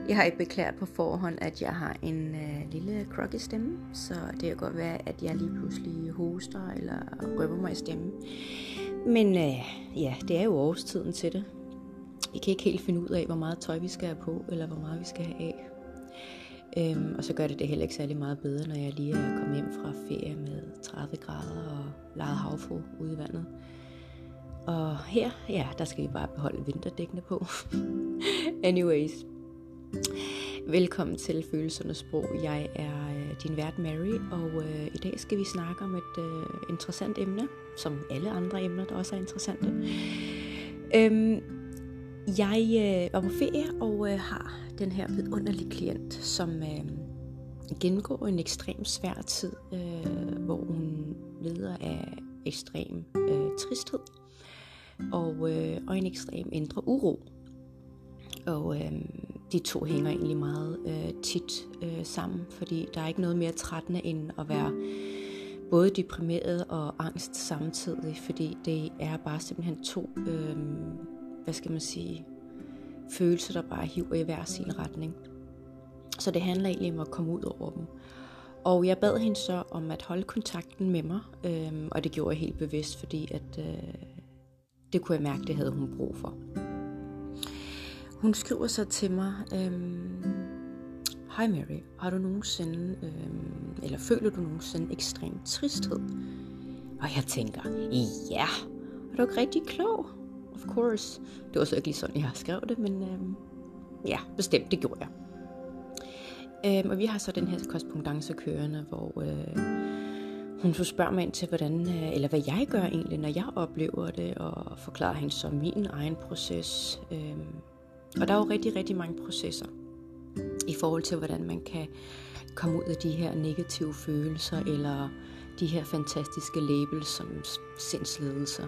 Jeg beklager på forhånd, at jeg har en lille croaky stemme, så det kan godt være, at jeg lige pludselig hoster eller røber mig i stemmen. Men det er jo årstiden til det. Vi kan ikke helt finde ud af, hvor meget tøj vi skal have på, eller hvor meget vi skal have af. Og så gør det heller ikke særlig meget bedre, når jeg lige er kommet hjem fra ferie med 30 grader og leget havfru ude i vandet. Og her, der skal vi bare beholde vinterdækkene på. Anyways. Velkommen til Følelsernes Sprog. Jeg er din vært Mary, og i dag skal vi snakke om et interessant emne, som alle andre emner, der også er interessante. Jeg var på ferie og har den her vidunderlige klient, som gennemgår en ekstrem svær tid, hvor hun lider af ekstrem tristhed og en ekstrem indre uro. Og de to hænger egentlig meget tit sammen, fordi der er ikke noget mere trættende end at være både deprimeret og angst samtidig, fordi det er bare simpelthen to, følelser, der bare hiver i hver sin retning. Så det handler egentlig om at komme ud over dem. Og jeg bad hende så om at holde kontakten med mig, og det gjorde jeg helt bevidst, fordi at det kunne jeg mærke, det havde hun brug for. Hun skriver så til mig, Hej Mary, har du nogensinde, eller føler du nogensinde ekstrem tristhed? Og jeg tænker, ja, er du ikke rigtig klog? Of course. Det var så ikke lige sådan, jeg har skrevet det, men bestemt, det gjorde jeg. Og vi har så den her korrespondance kørende, hvor hun så spørger mig ind til, eller hvad jeg gør egentlig, når jeg oplever det, og forklarer hende så min egen proces. Og der er jo rigtig, rigtig mange processer i forhold til, hvordan man kan komme ud af de her negative følelser, eller de her fantastiske labels som sindslidelser.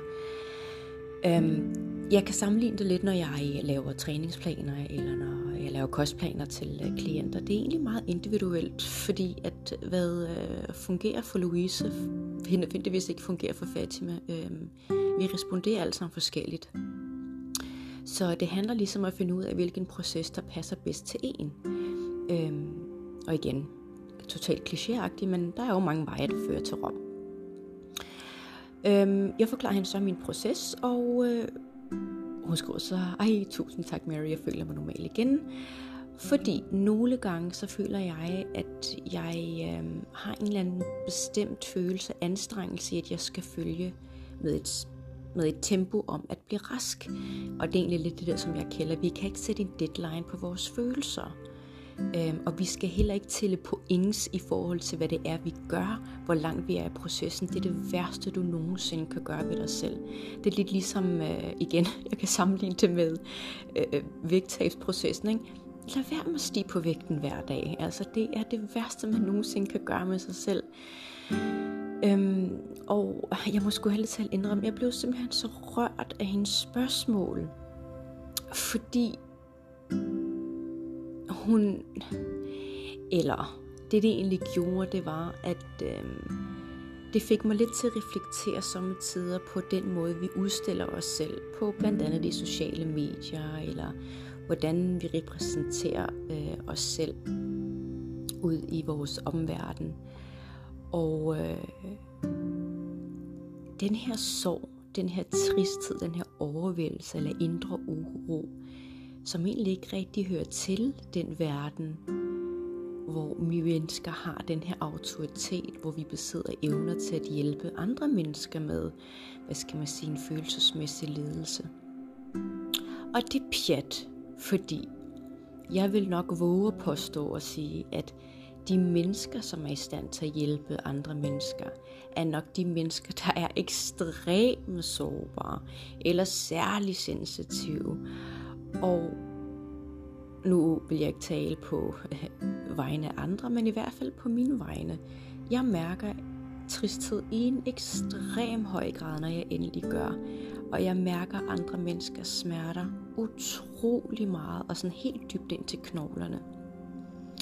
Jeg kan sammenligne det lidt, når jeg laver træningsplaner, eller når jeg laver kostplaner til klienter. Det er egentlig meget individuelt, fordi at hvad fungerer for Louise, finder hvis ikke fungerer for Fatima. Vi responderer alle sammen forskelligt. Så det handler ligesom om at finde ud af, hvilken proces, der passer bedst til en. Og igen, totalt klichéagtigt, men der er jo mange veje, der fører til Rom. Jeg forklarer hende så min proces, og hun skriver så, tusind tak Mary, jeg føler mig normal igen. Fordi nogle gange, så føler jeg, at jeg har en eller anden bestemt følelse, anstrengelse i, at jeg skal følge med et tempo om at blive rask. Og det er egentlig lidt det der, som jeg kalder, vi kan ikke sætte en deadline på vores følelser. Og vi skal heller ikke tælle points i forhold til, hvad det er, vi gør, hvor langt vi er i processen. Det er det værste, du nogensinde kan gøre ved dig selv. Det er lidt ligesom, igen, jeg kan sammenligne det med vægttabsprocessen, ikke? Lad være med at stige på vægten hver dag. Altså, det er det værste, man nogensinde kan gøre med sig selv. Og jeg må sgu heller talt indrømme, jeg blev simpelthen så rørt af hendes spørgsmål, fordi det egentlig gjorde, det var, at det fik mig lidt til at reflektere sommetider på den måde, vi udstiller os selv på, blandt andet de sociale medier, eller hvordan vi repræsenterer os selv ud i vores omverden. Og den her sorg, den her tristhed, den her overvældelse eller indre uro, som egentlig ikke rigtig hører til den verden, hvor vi mennesker har den her autoritet, hvor vi besidder evner til at hjælpe andre mennesker med, en følelsesmæssig lidelse. Og det er pjat, fordi jeg vil nok våge at påstå og sige, at de mennesker, som er i stand til at hjælpe andre mennesker, er nok de mennesker, der er ekstremt sårbare eller særlig sensitive. Og nu vil jeg ikke tale på vegne af andre, men i hvert fald på mine vegne. Jeg mærker tristhed i en ekstrem høj grad, når jeg endelig gør. Og jeg mærker andre menneskers smerter utrolig meget, og sådan helt dybt ind til knoglerne.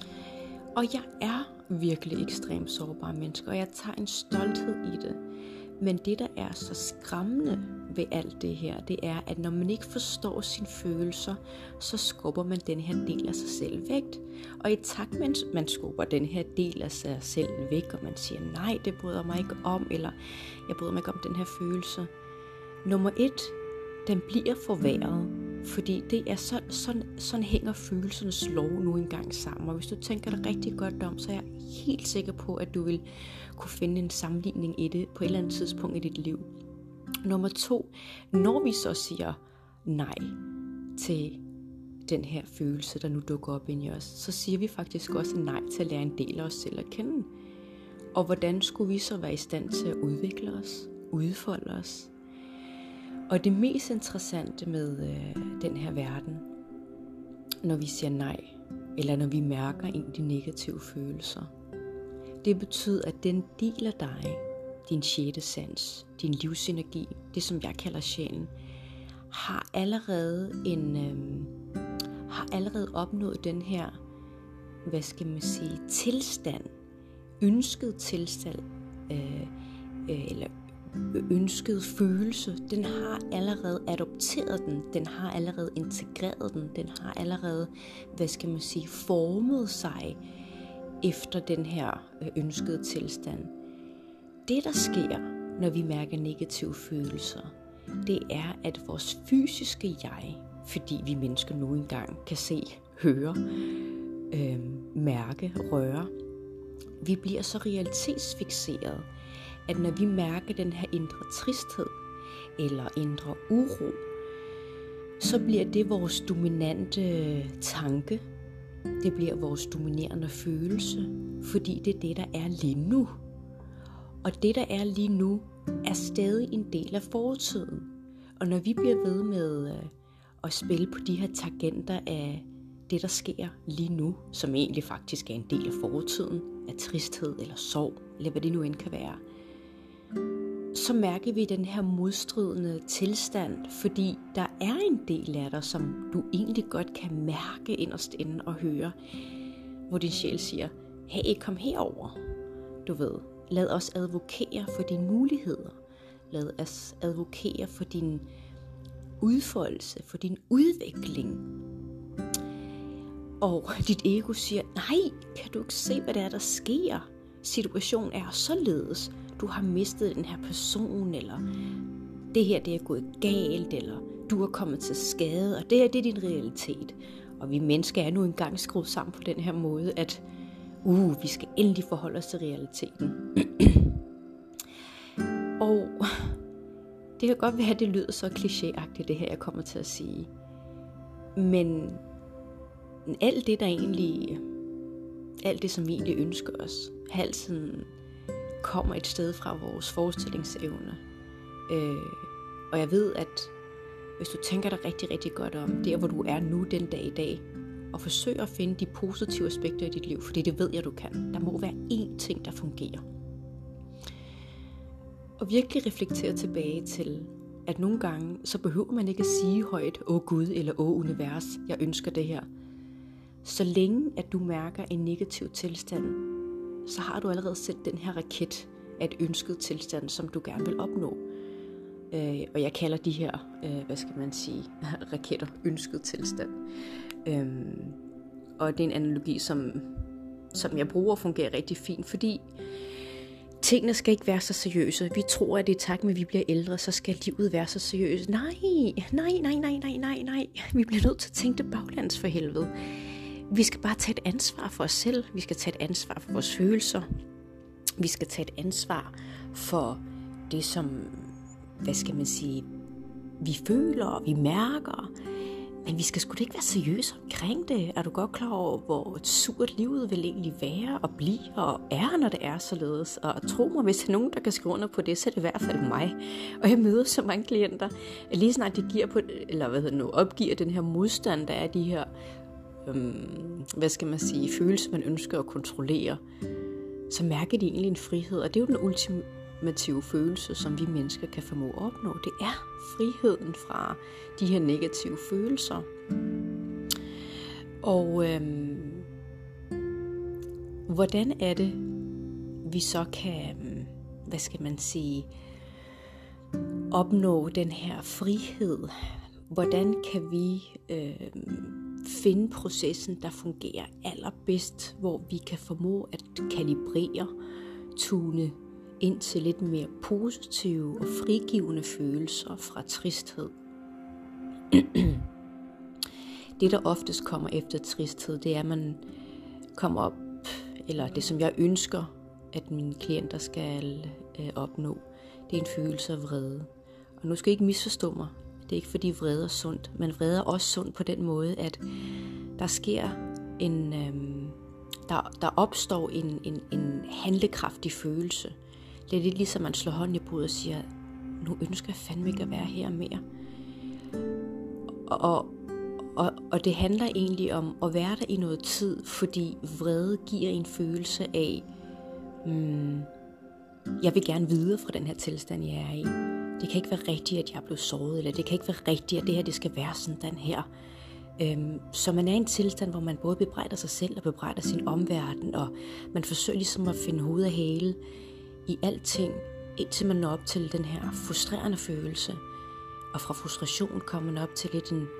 Og jeg er virkelig ekstremt sårbar menneske, og jeg tager en stolthed i det. Men det, der er så skræmmende ved alt det her, det er, at når man ikke forstår sine følelser, så skubber man den her del af sig selv væk. Og i takt med, man skubber den her del af sig selv væk, og man siger, nej, det bryder mig ikke om, eller jeg bryder mig ikke om den her følelse. Nummer 1, den bliver forværret, fordi det er sådan hænger følelsernes lov nu engang sammen. Og hvis du tænker dig rigtig godt om, så er jeg helt sikker på, at du vil kunne finde en sammenligning i det på et eller andet tidspunkt i dit liv. Nummer 2, når vi så siger nej til den her følelse, der nu dukker op ind i os, så siger vi faktisk også nej til at lære en del af os selv at kende. Og hvordan skulle vi så være i stand til at udvikle os, udfolde os? Og det mest interessante med den her verden, når vi siger nej, eller når vi mærker en af de negative følelser, det betyder, at den del af dig, din sjette sans, din livsenergi, det som jeg kalder sjælen, har allerede opnået den her, tilstand, ønsket tilstand, eller ønsket følelse, den har allerede adopteret den, den har allerede integreret den har allerede, formet sig efter den her ønskede tilstand. Det, der sker, når vi mærker negative følelser, det er, at vores fysiske jeg, fordi vi mennesker nu engang kan se, høre, mærke, røre, vi bliver så realitetsfikseret, at når vi mærker den her indre tristhed eller indre uro, så bliver det vores dominante tanke. Det bliver vores dominerende følelse, fordi det er det, der er lige nu. Og det, der er lige nu, er stadig en del af fortiden. Og når vi bliver ved med at spille på de her tangenter af det, der sker lige nu, som egentlig faktisk er en del af fortiden, af tristhed eller sorg, eller hvad det nu end kan være, så mærker vi den her modstridende tilstand, fordi der er en del af dig, som du egentlig godt kan mærke inderst inde og høre, hvor din sjæl siger, hey, kom herover. Du ved, lad os advokere for dine muligheder. Lad os advokere for din udfoldelse, for din udvikling. Og dit ego siger, nej, kan du ikke se, hvad det er, der sker? Situationen er således. Du har mistet den her person, eller det her, det er gået galt, eller du er kommet til skade, og det her, det er din realitet. Og vi mennesker er nu engang skruet sammen på den her måde, at vi skal endelig forholde os til realiteten. Og det kan godt være, at det lyder så klichéagtigt, det her, jeg kommer til at sige. Men alt det, som vi egentlig ønsker os, halsen kommer et sted fra vores forestillingsevne. Og jeg ved, at hvis du tænker dig rigtig, rigtig godt om, der hvor du er nu den dag i dag, og forsøger at finde de positive aspekter i dit liv, fordi det ved jeg, du kan. Der må være én ting, der fungerer. Og virkelig reflektere tilbage til, at nogle gange, så behøver man ikke at sige højt, Gud eller univers, jeg ønsker det her. Så længe, at du mærker en negativ tilstand, så har du allerede sendt den her raket af et ønsket tilstand, som du gerne vil opnå. Og jeg kalder de her, raketter, ønsket tilstand. Og det er en analogi, som jeg bruger og fungerer rigtig fint, fordi tingene skal ikke være så seriøse. Vi tror, at i takt med, at vi bliver ældre, så skal livet være så seriøst. Nej. Vi bliver nødt til at tænke det baglands for helvede. Vi skal bare tage et ansvar for os selv. Vi skal tage et ansvar for vores følelser. Vi skal tage et ansvar for det, som, vi føler og vi mærker. Men vi skal sgu da ikke være seriøse omkring det. Er du godt klar over, hvor surt livet vil egentlig være og blive og er, når det er således? Og tro mig, hvis der er nogen, der kan skrive under på det, så er det i hvert fald mig. Og jeg møder så mange klienter, at lige snart de opgiver den her modstand, der er de her, følelser, man ønsker at kontrollere, så mærker de egentlig en frihed. Og det er jo den ultimative følelse, som vi mennesker kan formå at opnå. Det er friheden fra de her negative følelser. Og hvordan er det, vi så kan, opnå den her frihed. Hvordan kan vi finde processen, der fungerer allerbedst, hvor vi kan formå at kalibrere, tune ind til lidt mere positive og frigivende følelser fra tristhed. Det, der oftest kommer efter tristhed, det er, at man kommer op, eller det, som jeg ønsker, at mine klienter skal opnå, det er en følelse af vrede. Og nu skal I ikke misforstå mig. Det er ikke, fordi vrede er sundt, men vrede er også sundt på den måde, at der sker der opstår en handlekraftig følelse. Det er lidt ligesom, man slår hånden i bordet og siger, nu ønsker jeg fandme ikke at være her mere. Og det handler egentlig om at være der i noget tid, fordi vrede giver en følelse af, jeg vil gerne videre fra den her tilstand, jeg er i. Det kan ikke være rigtigt, at jeg er blevet såret, eller det kan ikke være rigtigt, at det her det skal være sådan her. Så man er i en tilstand, hvor man både bebrejder sig selv og bebrejder sin omverden, og man forsøger ligesom at finde hoved og hale i alting, indtil man når op til den her frustrerende følelse. Og fra frustration kommer man op til lidt en,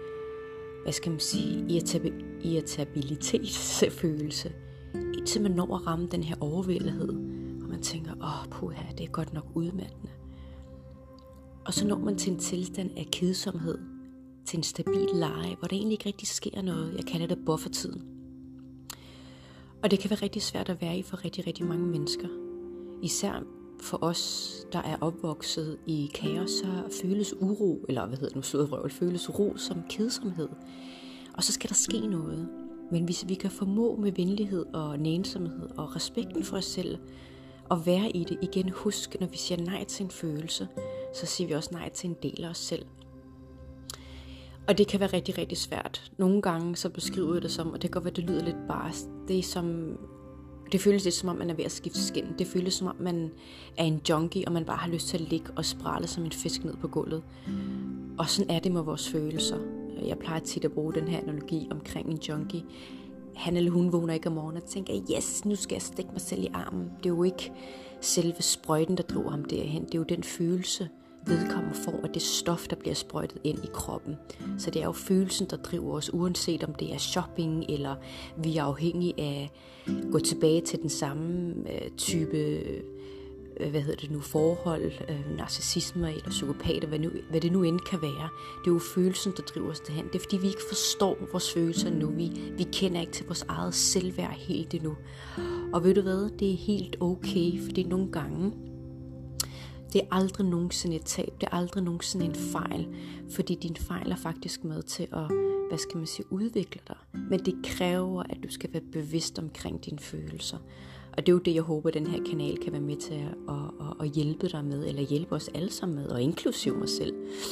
irritabilitetsfølelse, indtil man når at ramme den her overvældighed, og man tænker, puha, det er godt nok udmattende. Og så når man til en tilstand af kedsomhed, til en stabil leje, hvor der egentlig ikke rigtig sker noget. Jeg kalder det buffertiden. Og det kan være rigtig svært at være i for rigtig, rigtig mange mennesker. Især for os, der er opvokset i kaos, så føles uro, føles ro som kedsomhed. Og så skal der ske noget. Men hvis vi kan formå med venlighed og nænsomhed og respekten for os selv, at være i det igen, husk, når vi siger nej til en følelse, så siger vi også nej til en del af os selv. Og det kan være rigtig, rigtig svært. Nogle gange så beskriver jeg det som, og det kan godt være, det lyder lidt barsk. Det føles lidt som om, man er ved at skifte skin. Det føles som om, man er en junkie, og man bare har lyst til at ligge og sprælle som en fisk ned på gulvet. Og sådan er det med vores følelser. Jeg plejer tit at bruge den her analogi omkring en junkie. Han eller hun vågner ikke om morgenen og tænker, yes, nu skal jeg stikke mig selv i armen. Det er jo ikke selve sprøjten, der driver ham derhen. Det er jo den følelse, vedkommende får, at det stof, der bliver sprøjtet ind i kroppen. Så det er jo følelsen, der driver os, uanset om det er shopping, eller vi er afhængige af at gå tilbage til den samme type forhold, narcissisme eller psykopater, hvad det nu end kan være. Det er jo følelsen, der driver os derhen. Det er fordi, vi ikke forstår vores følelser nu. Vi kender ikke til vores eget selvværd helt endnu. Og ved du hvad, det er helt okay, fordi nogle gange, det er aldrig nogensinde et tab, det er aldrig nogensinde en fejl, fordi din fejl er faktisk med til at, udvikle dig. Men det kræver, at du skal være bevidst omkring dine følelser. Og det er jo det, jeg håber, den her kanal kan være med til at hjælpe dig med, eller hjælpe os alle sammen med, og inklusive mig selv.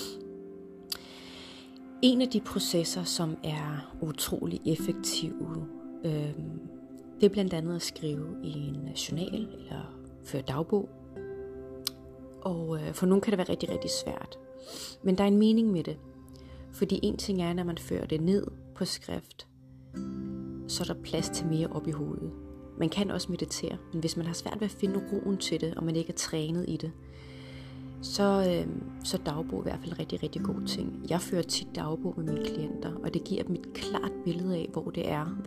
En af de processer, som er utrolig effektive, det er blandt andet at skrive i en journal, eller føre dagbog. Og for nogen kan det være rigtig, rigtig svært. Men der er en mening med det. Fordi en ting er, når man fører det ned på skrift, så er der plads til mere op i hovedet. Man kan også meditere, men hvis man har svært ved at finde roen til det, og man ikke er trænet i det, så dagbog i hvert fald en rigtig, rigtig god ting. Jeg fører tit dagbog med mine klienter, og det giver dem et klart billede af, hvor det er,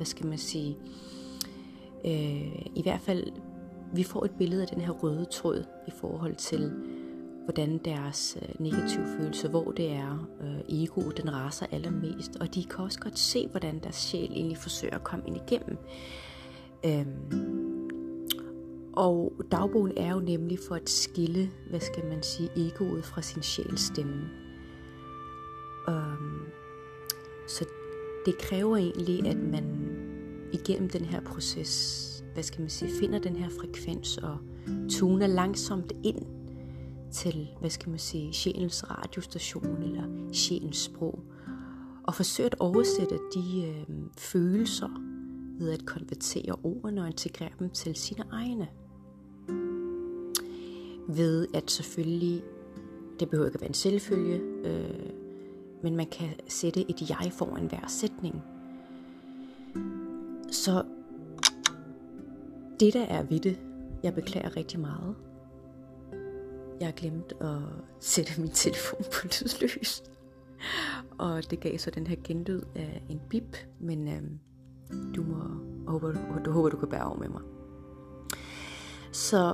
i hvert fald, vi får et billede af den her røde tråd i forhold til, hvordan deres negative følelse, hvor det er egoet, den raser allermest. Og de kan også godt se, hvordan deres sjæl egentlig forsøger at komme ind igennem. Og dagbogen er jo nemlig for at skille, egoet fra sin sjæls stemme. Så det kræver egentlig, at man igennem den her proces, finder den her frekvens og tuner langsomt ind til, sjælens radiostation eller sjælens sprog, og forsøger at oversætte de følelser ved at konvertere ordene og integrere dem til sine egne. Ved at selvfølgelig, det behøver ikke at være en selvfølge, men man kan sætte et jeg foran hver sætning. Så det der er ved det, jeg beklager rigtig meget, jeg glemte at sætte min telefon på lydløs. Og det gav så den her genlyd af en bip, men du håber, du kan bære over med mig. Så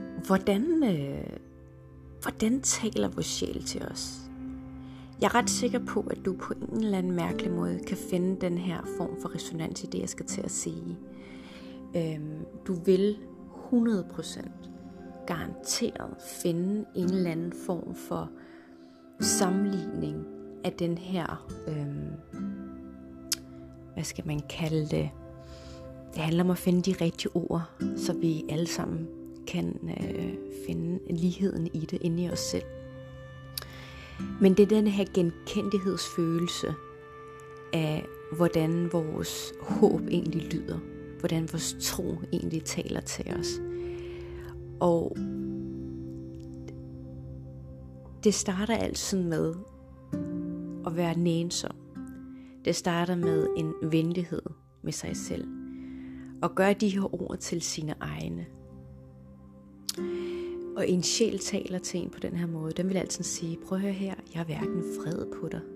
hvordan taler vores sjæl til os? Jeg er ret sikker på, at du på en eller anden mærkelig måde kan finde den her form for resonans i det, jeg skal til at sige. Du vil 100% garanteret finde en eller anden form for sammenligning af den her, hvad skal man kalde det? Det handler om at finde de rigtige ord, så vi alle sammen kan finde ligheden i det inde i os selv. Men det er den her genkendighedsfølelse af, hvordan vores håb egentlig lyder. Hvordan vores tro egentlig taler til os. Og det starter altid med at være nænsom. Det starter med en venlighed med sig selv. Og gøre de her ord til sine egne. Og en sjæl taler til en på den her måde. Den vil altid sige, prøv at høre her, jeg er hverken vred på dig.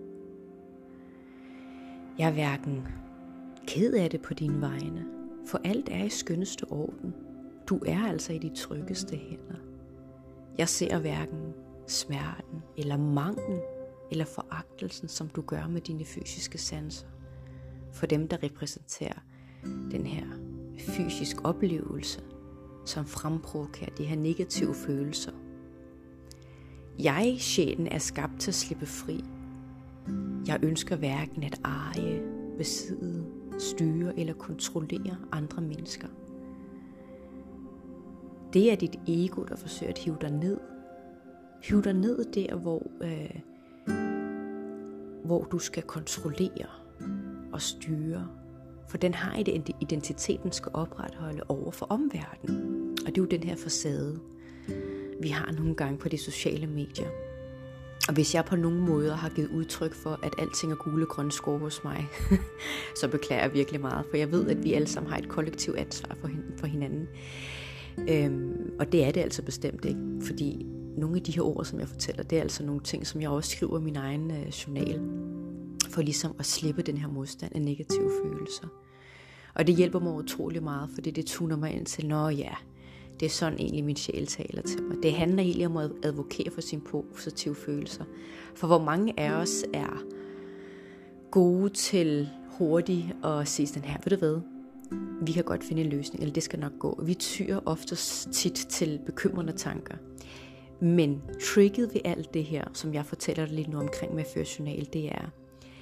Jeg er hverken ked af det på dine vegne. For alt er i skønneste orden. Du er altså i de tryggeste hænder. Jeg ser hverken smerten eller manglen eller foragtelsen, som du gør med dine fysiske sanser. For dem, der repræsenterer den her fysisk oplevelse, som fremprovokerer de her negative følelser. Jeg, sjælen, er skabt til at slippe fri. Jeg ønsker hverken at eje, besidde, styre eller kontrollere andre mennesker. Det er dit ego, der forsøger at hive dig ned. Hive dig ned der, hvor du skal kontrollere og styre. For den har et identitet, den skal opretholde over for omverdenen. Og det er jo den her facade, vi har nogle gange på de sociale medier. Og hvis jeg på nogen måder har givet udtryk for, at alting er gule grønne skove hos mig, så beklager jeg virkelig meget. For jeg ved, at vi alle sammen har et kollektivt ansvar for hinanden. Og det er det altså bestemt ikke. Fordi nogle af de her ord, som jeg fortæller, det er altså nogle ting, som jeg også skriver i min egen journal. For ligesom at slippe den her modstand af negative følelser. Og det hjælper mig utrolig meget, fordi det tuner mig ind til, nå ja, det er sådan egentlig min sjæl taler til mig. Det handler egentlig om at advokere for sine positive følelser. For hvor mange af os er gode til hurtigt at sige sådan her, ved du hvad, vi kan godt finde en løsning, eller det skal nok gå. Vi tyrer oftest tit til bekymrende tanker. Men tricket ved alt det her, som jeg fortæller dig lidt nu omkring med at føre journal, det er,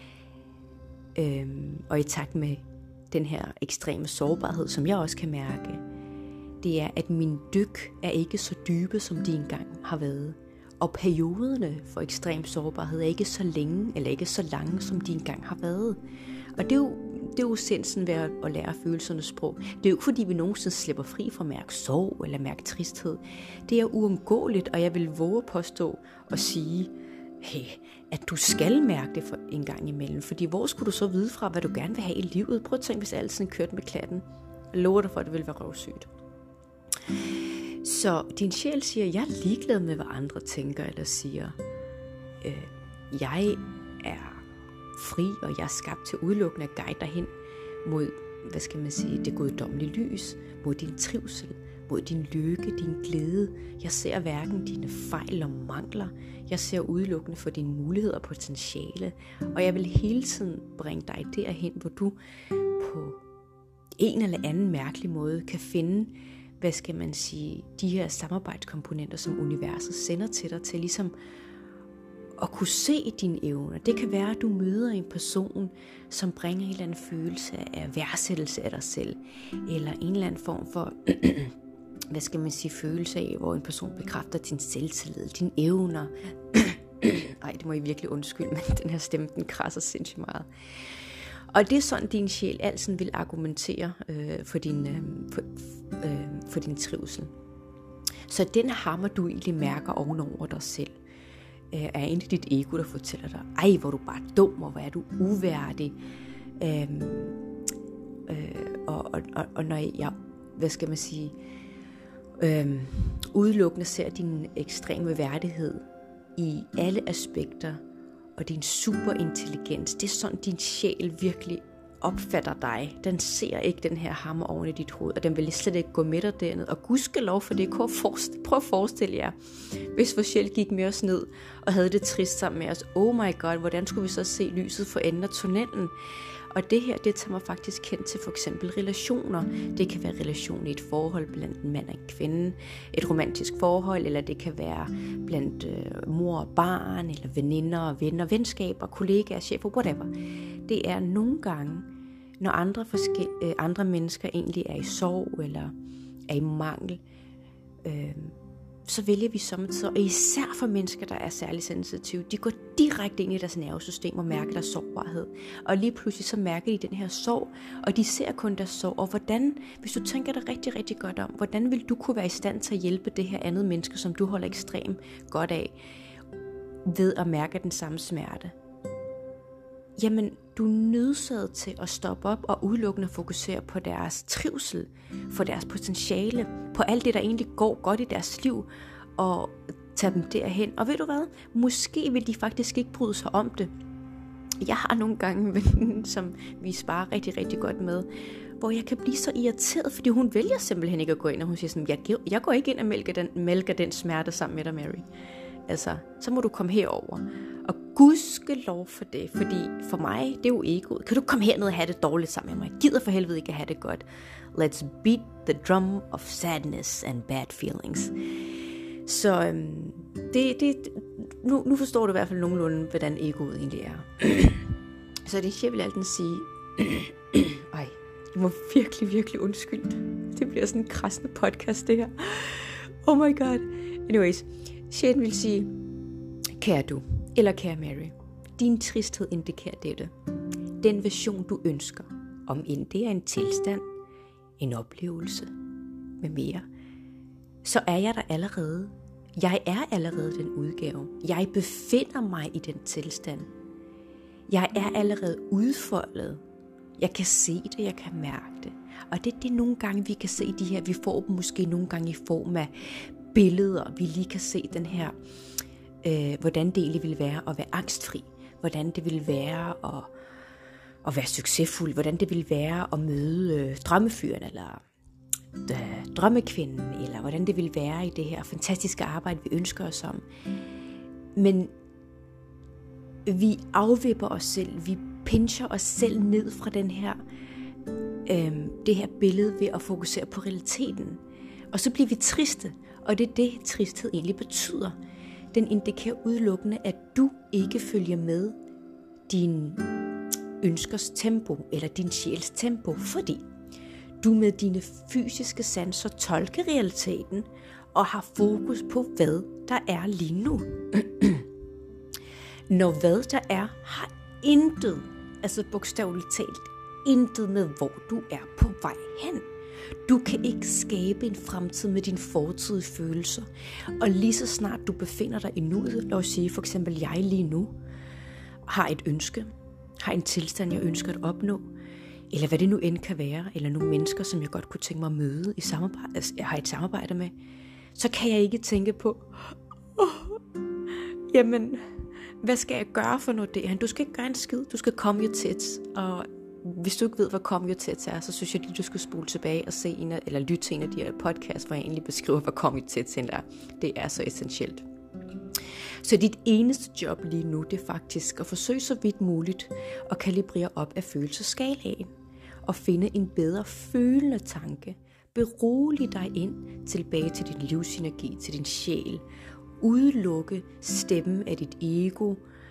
og i takt med den her ekstreme sårbarhed, som jeg også kan mærke, det er, at mine dyk er ikke så dybe, som de engang har været. Og perioderne for ekstrem sårbarhed er ikke så længe, eller ikke så lange, som de engang har været. Og det er jo essensen ved at lære følelsernes sprog. Det er jo ikke, fordi vi nogensinde slipper fri fra at mærke sorg eller mærke tristhed. Det er uundgåeligt, og jeg vil våge påstå og sige, hey, at du skal mærke det for en gang imellem. Fordi hvor skulle du så vide fra, hvad du gerne vil have i livet? Prøv at tænke, hvis alting kørte med klatten. Jeg lover dig for, at det ville være røvsygt. Så din sjæl siger, jeg er ligeglad med, hvad andre tænker eller siger. Jeg er fri, og jeg er skabt til udelukkende at guide dig hen mod, hvad skal man sige, det guddommelige lys, mod din trivsel, mod din lykke, din glæde. Jeg ser hverken dine fejl og mangler. Jeg ser udelukkende for dine muligheder og potentiale. Og jeg vil hele tiden bringe dig derhen, hvor du på en eller anden mærkelig måde kan finde, hvad skal man sige, de her samarbejdskomponenter, som universet sender til dig, til ligesom at kunne se dine evner. Det kan være, at du møder en person, som bringer en eller anden følelse af værdsættelse af dig selv, eller en eller anden form for, hvad skal man sige, følelse af, hvor en person bekræfter din selvtillid, dine evner. Ej, det må I virkelig undskylde, men den her stemme, den krasser sindssygt meget. Og det er sådan, din sjæl altid vil argumentere for din trivsel. Så den hammer, du egentlig mærker ovenover dig selv, er egentlig dit ego, der fortæller dig, ej, hvor er du bare dum, og hvor er du uværdig. Og når jeg, hvad skal man sige, udelukkende ser din ekstreme værdighed i alle aspekter, og din superintelligens, det er sådan, din sjæl virkelig opfatter dig. Den ser ikke den her hammer oven i dit hoved, og den vil slet ikke gå med dig derned. Og gudskelov for det. Prøv at forestille jer, hvis vores sjæl gik med os ned, og havde det trist sammen med os. Oh my god, hvordan skulle vi så se lyset for enden af tunnelen? Og det her, det tager mig faktisk hen til for eksempel relationer. Det kan være relation i et forhold blandt en mand og en kvinde, et romantisk forhold, eller det kan være blandt mor og barn, eller veninder og venner, venskaber, kollegaer, chefer, whatever. Det er nogle gange, når andre mennesker egentlig er i sorg, eller er i mangel, så vælger vi samtidig, og især for mennesker, der er særlig sensitive, de går direkte ind i deres nervesystem og mærker deres sårbarhed. Og lige pludselig så mærker de den her sorg, og de ser kun deres sorg. Og hvordan, hvis du tænker dig rigtig, rigtig godt om, hvordan vil du kunne være i stand til at hjælpe det her andet menneske, som du holder ekstremt godt af, ved at mærke den samme smerte? Jamen, du er nødsaget til at stoppe op og udelukkende fokusere på deres trivsel, for deres potentiale, på alt det, der egentlig går godt i deres liv, og tage dem derhen. Og ved du hvad? Måske vil de faktisk ikke bryde sig om det. Jeg har nogle gange en veninde, som vi sparer rigtig, rigtig godt med, hvor jeg kan blive så irriteret, fordi hun vælger simpelthen ikke at gå ind, og hun siger sådan, jeg går ikke ind og mælker den smerte sammen med dig, Mary. Altså, så må du komme herover. Og gudskelov for det, fordi for mig, det er jo egoet. Kan du komme herned og have det dårligt sammen med mig? Jeg gider for helvede ikke at have det godt. Let's beat the drum of sadness and bad feelings. Så nu forstår du i hvert fald nogenlunde, hvordan egoet egentlig er. Så det jeg vil altid sige, ej, jeg må virkelig, virkelig undskylde. Det bliver sådan en krassende podcast, det her. Oh my god. Anyways, sjælen vil sige, kære du, eller kære Mary, din tristhed indikerer dette. Den version, du ønsker, om end det er en tilstand, en oplevelse med mere, så er jeg der allerede. Jeg er allerede den udgave. Jeg befinder mig i den tilstand. Jeg er allerede udfoldet. Jeg kan se det, jeg kan mærke det. Og det er det nogle gange, vi kan se de her. Vi får dem måske nogle gange i form af billeder. Vi lige kan se den her, hvordan det egentlig ville være at være angstfri. Hvordan det ville være at være succesfuld. Hvordan det ville være at møde drømmefyren eller drømmekvinden. Eller hvordan det ville være i det her fantastiske arbejde, vi ønsker os om. Men vi afvipper os selv. Vi pincher os selv ned fra den her, det her billede ved at fokusere på realiteten. Og så bliver vi triste. Og det er det, tristhed egentlig betyder. Den indikerer udelukkende, at du ikke følger med din ønskers tempo, eller din sjæls tempo, fordi du med dine fysiske sanser tolker realiteten, og har fokus på, hvad der er lige nu. Når hvad der er, har intet, altså bogstaveligt talt, intet med, hvor du er på vej hen. Du kan ikke skabe en fremtid med dine fortidige følelser. Og lige så snart du befinder dig i nuet, lad os sige for eksempel jeg lige nu, har et ønske, har en tilstand, jeg ønsker at opnå, eller hvad det nu end kan være, eller nogle mennesker, som jeg godt kunne tænke mig at møde i samarbejde, altså jeg har et samarbejde med, så kan jeg ikke tænke på, jamen, hvad skal jeg gøre for noget der? Du skal ikke gøre en skid, du skal komme jo tæt, og hvis du ikke ved, hvad Commutate er, så synes jeg lige, du skal spole tilbage og se eller lytte til en af de her podcasts, hvor jeg egentlig beskriver, hvad Commutate er. Det er så essentielt. Så dit eneste job lige nu, det er faktisk at forsøge så vidt muligt at kalibrere op af følelsesskalaen og finde en bedre følende tanke. Berolig dig ind tilbage til din livsenergi, til din sjæl. Udelukke stemmen af dit ego,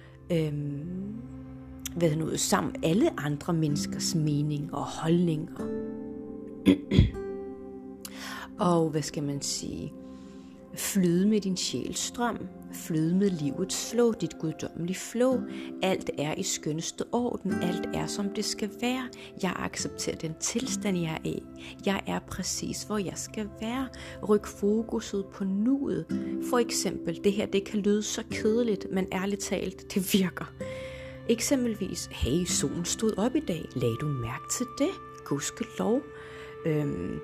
sammen alle andre menneskers mening og holdninger. Og hvad skal man sige? Flyde med din sjæls strøm. Flyde med livets flow, dit guddommelige flow. Alt er i skønneste orden. Alt er som det skal være. Jeg accepterer den tilstand, jeg er i. Jeg er præcis, hvor jeg skal være. Ryk fokuset på nuet. For eksempel, det her, det kan lyde så kedeligt, men ærligt talt, det virker. Eksempelvis, hey, solen stod op i dag. Lagde du mærke til det? Gudskelov.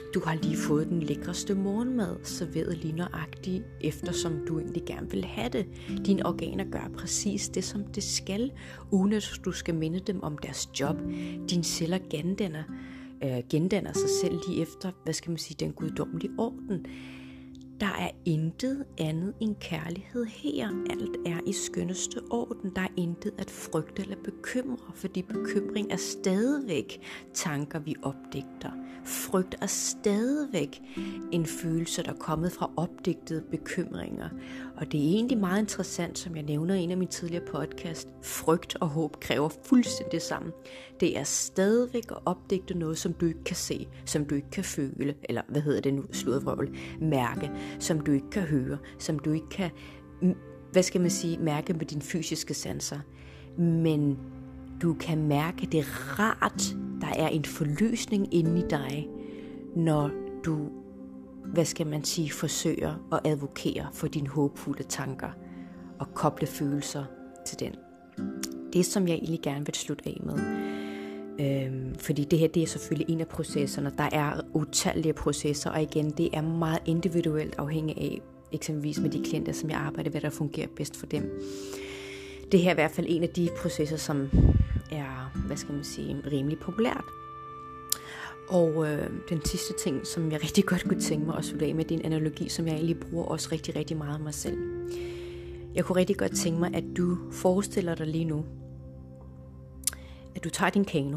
Du har lige fået den lækreste morgenmad, serveret lige nøjagtigt, eftersom du egentlig gerne vil have det. Dine organer gør præcis det, som det skal, uden at du skal minde dem om deres job. Dine celler gendanner sig selv lige efter, den guddommelige orden. Der er intet andet end kærlighed her. Alt er i skønneste orden. Der er intet at frygte eller bekymre, fordi bekymring er stadigvæk tanker, vi opdigter. Frygt er stadigvæk en følelse, der er kommet fra opdigtede bekymringer. Og det er egentlig meget interessant, som jeg nævner i en af mine tidligere podcast. Frygt og håb kræver fuldstændig det samme. Det er stadigvæk at opdigte noget, som du ikke kan se, som du ikke kan føle, eller mærke, som du ikke kan høre, som du ikke kan, mærke med dine fysiske sanser. Men du kan mærke det rart, der er en forløsning inde i dig, når du, forsøger at advokere for dine håbfulde tanker og koble følelser til den. Det, som jeg egentlig gerne vil slutte af med, fordi det her, det er selvfølgelig en af processerne. Der er utallige processer, og igen, det er meget individuelt afhængig af, eksempelvis med de klienter, som jeg arbejder, hvad der fungerer bedst for dem. Det her er i hvert fald en af de processer, som er, rimelig populært. Og den sidste ting, som jeg rigtig godt kunne tænke mig at slutte af med, det er en analogi, som jeg egentlig bruger også rigtig, rigtig meget af mig selv. Jeg kunne rigtig godt tænke mig, at du forestiller dig lige nu, at du tager din kano,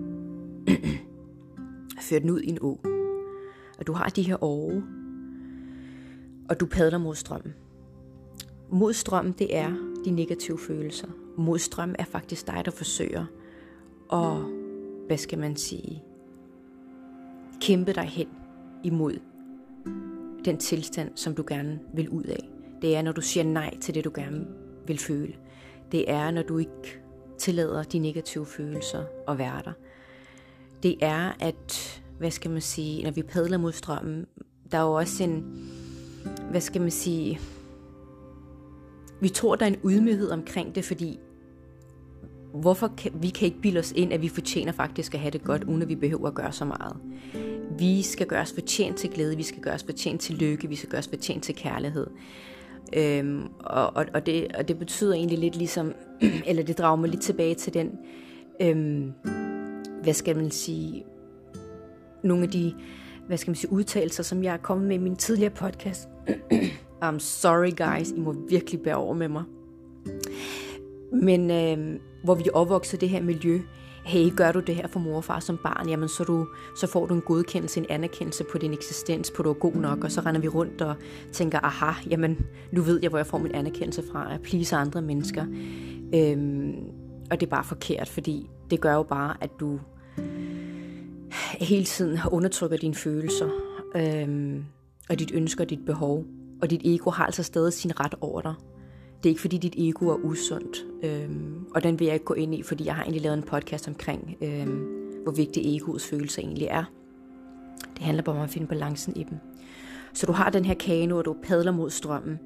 fører den ud i en å, og du har de her åre, og du padler mod strømmen. Mod strømmen, det er de negative følelser. Mod strømmen er faktisk dig, der forsøger at, kæmpe dig hen imod den tilstand, som du gerne vil ud af. Det er, når du siger nej til det, du gerne vil føle. Det er, når du ikke tillader de negative følelser at være der. Det er, at, når vi padler mod strømmen, der er jo også en, vi tror, der er en ydmyghed omkring det, fordi vi kan ikke bilde os ind, at vi fortjener faktisk at have det godt, uden at vi behøver at gøre så meget. Vi skal gøre os fortjent til glæde, vi skal gøre os fortjent til lykke, vi skal gøre os fortjent til kærlighed. Og det betyder egentlig lidt ligesom, eller det drager mig lidt tilbage til den, nogle af de, udtalelser, som jeg er kommet med i min tidligere podcast. I'm sorry guys, I må virkelig bære over med mig. Men hvor vi opvokser det her miljø, hey, gør du det her for mor og far som barn, jamen så får du en godkendelse, en anerkendelse på din eksistens, på du er god nok, og så render vi rundt og tænker, aha, jamen nu ved jeg, hvor jeg får min anerkendelse fra, at please andre mennesker. Og det er bare forkert, fordi det gør jo bare, at du hele tiden undertrykker dine følelser, og dit ønsker og dit behov, og dit ego har altså stadig sin ret over dig. Det er ikke fordi dit ego er usundt, og den vil jeg ikke gå ind i, fordi jeg har egentlig lavet en podcast omkring, hvor vigtig egoets følelser egentlig er. Det handler bare om at finde balancen i dem. Så du har den her kano, og du padler mod strømmen.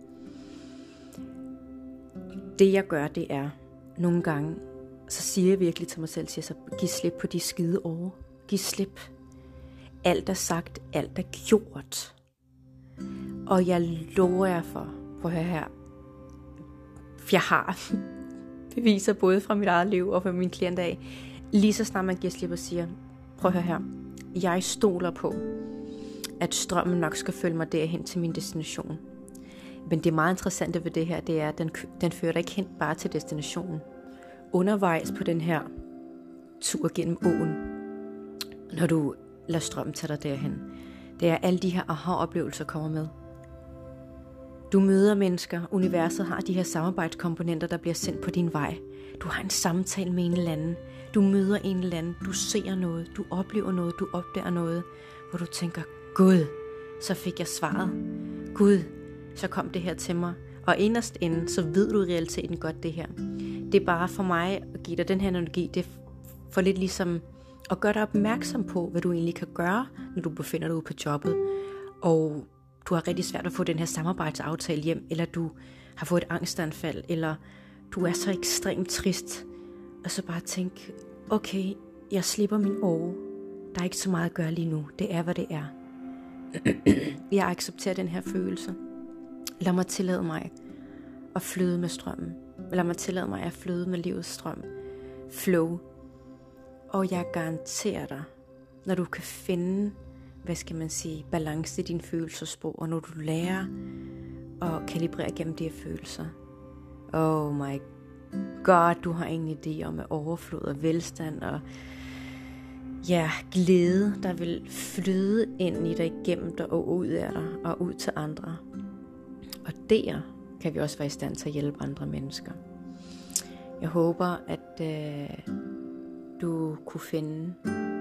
Det jeg gør, det er, nogle gange, så siger jeg virkelig til mig selv, så giv slip på de skide over. Giv slip. Alt er sagt, alt er gjort. Og jeg lover jer for, prøv at høre her, jeg har beviser både fra mit eget liv og fra mine klienter af. Lige så snart man giver slip og siger, prøv at høre her, jeg stoler på, at strømmen nok skal følge mig derhen til min destination. Men det meget interessante ved det her, det er, at den fører dig ikke hen bare til destinationen. Undervejs på den her tur gennem åen, når du lader strømmen tage dig derhen, det er alle de her aha-oplevelser kommer med. Du møder mennesker, universet har de her samarbejdskomponenter, der bliver sendt på din vej. Du har en samtale med en eller anden. Du møder en eller anden, du ser noget, du oplever noget, du opdager noget, hvor du tænker, Gud, så fik jeg svaret. Gud, så kom det her til mig. Og inderst inden, så ved du i realiteten godt det her. Det er bare for mig at give dig den her analogi, det er for lidt ligesom at gøre dig opmærksom på, hvad du egentlig kan gøre, når du befinder dig ude på jobbet. Og du har rigtig svært at få den her samarbejdsaftale hjem, eller du har fået et angstanfald, eller du er så ekstremt trist. Og så bare tænk, okay, jeg slipper min åre. Der er ikke så meget at gøre lige nu. Det er, hvad det er. Jeg accepterer den her følelse. Lad mig tillade mig at flyde med strømmen. Lad mig tillade mig at flyde med livets strøm. Flow. Og jeg garanterer dig, når du kan finde, balance i dine følelsesspor, og når du lærer at kalibrere gennem de her følelser. Oh my god, du har ingen idé om overflod og velstand og glæde, der vil flyde ind i dig, igennem dig og ud af dig og ud til andre. Og der kan vi også være i stand til at hjælpe andre mennesker. Jeg håber, at du kunne finde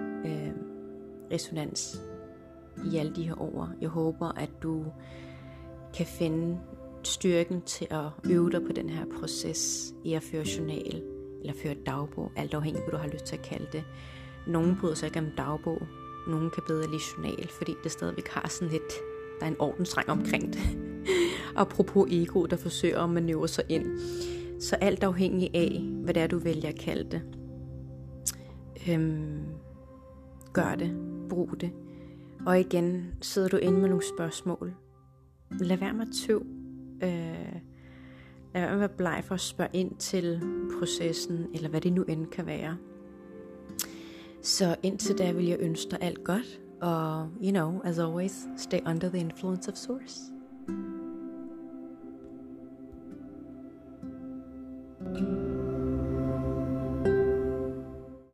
resonans i alle de her ord. Jeg håber, at du kan finde styrken til at øve dig på den her proces i at føre journal eller føre dagbog, alt afhængigt af hvad du har lyst til at kalde det. Nogle bryder sig ikke om dagbog, nogle kan bedre lide journal, fordi det stadigvæk har sådan lidt, der er en ordensdrang omkring det. Apropos ego, der forsøger at manøvrere sig ind. Så alt afhængig af, hvad det er, du vælger at kalde det. Gør det. Brug det. Og igen, sidder du inde med nogle spørgsmål. Lad være med at tøv. Lad være med at være bleg for at spørge ind til processen, eller hvad det nu end kan være. Så indtil da vil jeg ønske dig alt godt. Og as always, stay under the influence of Source.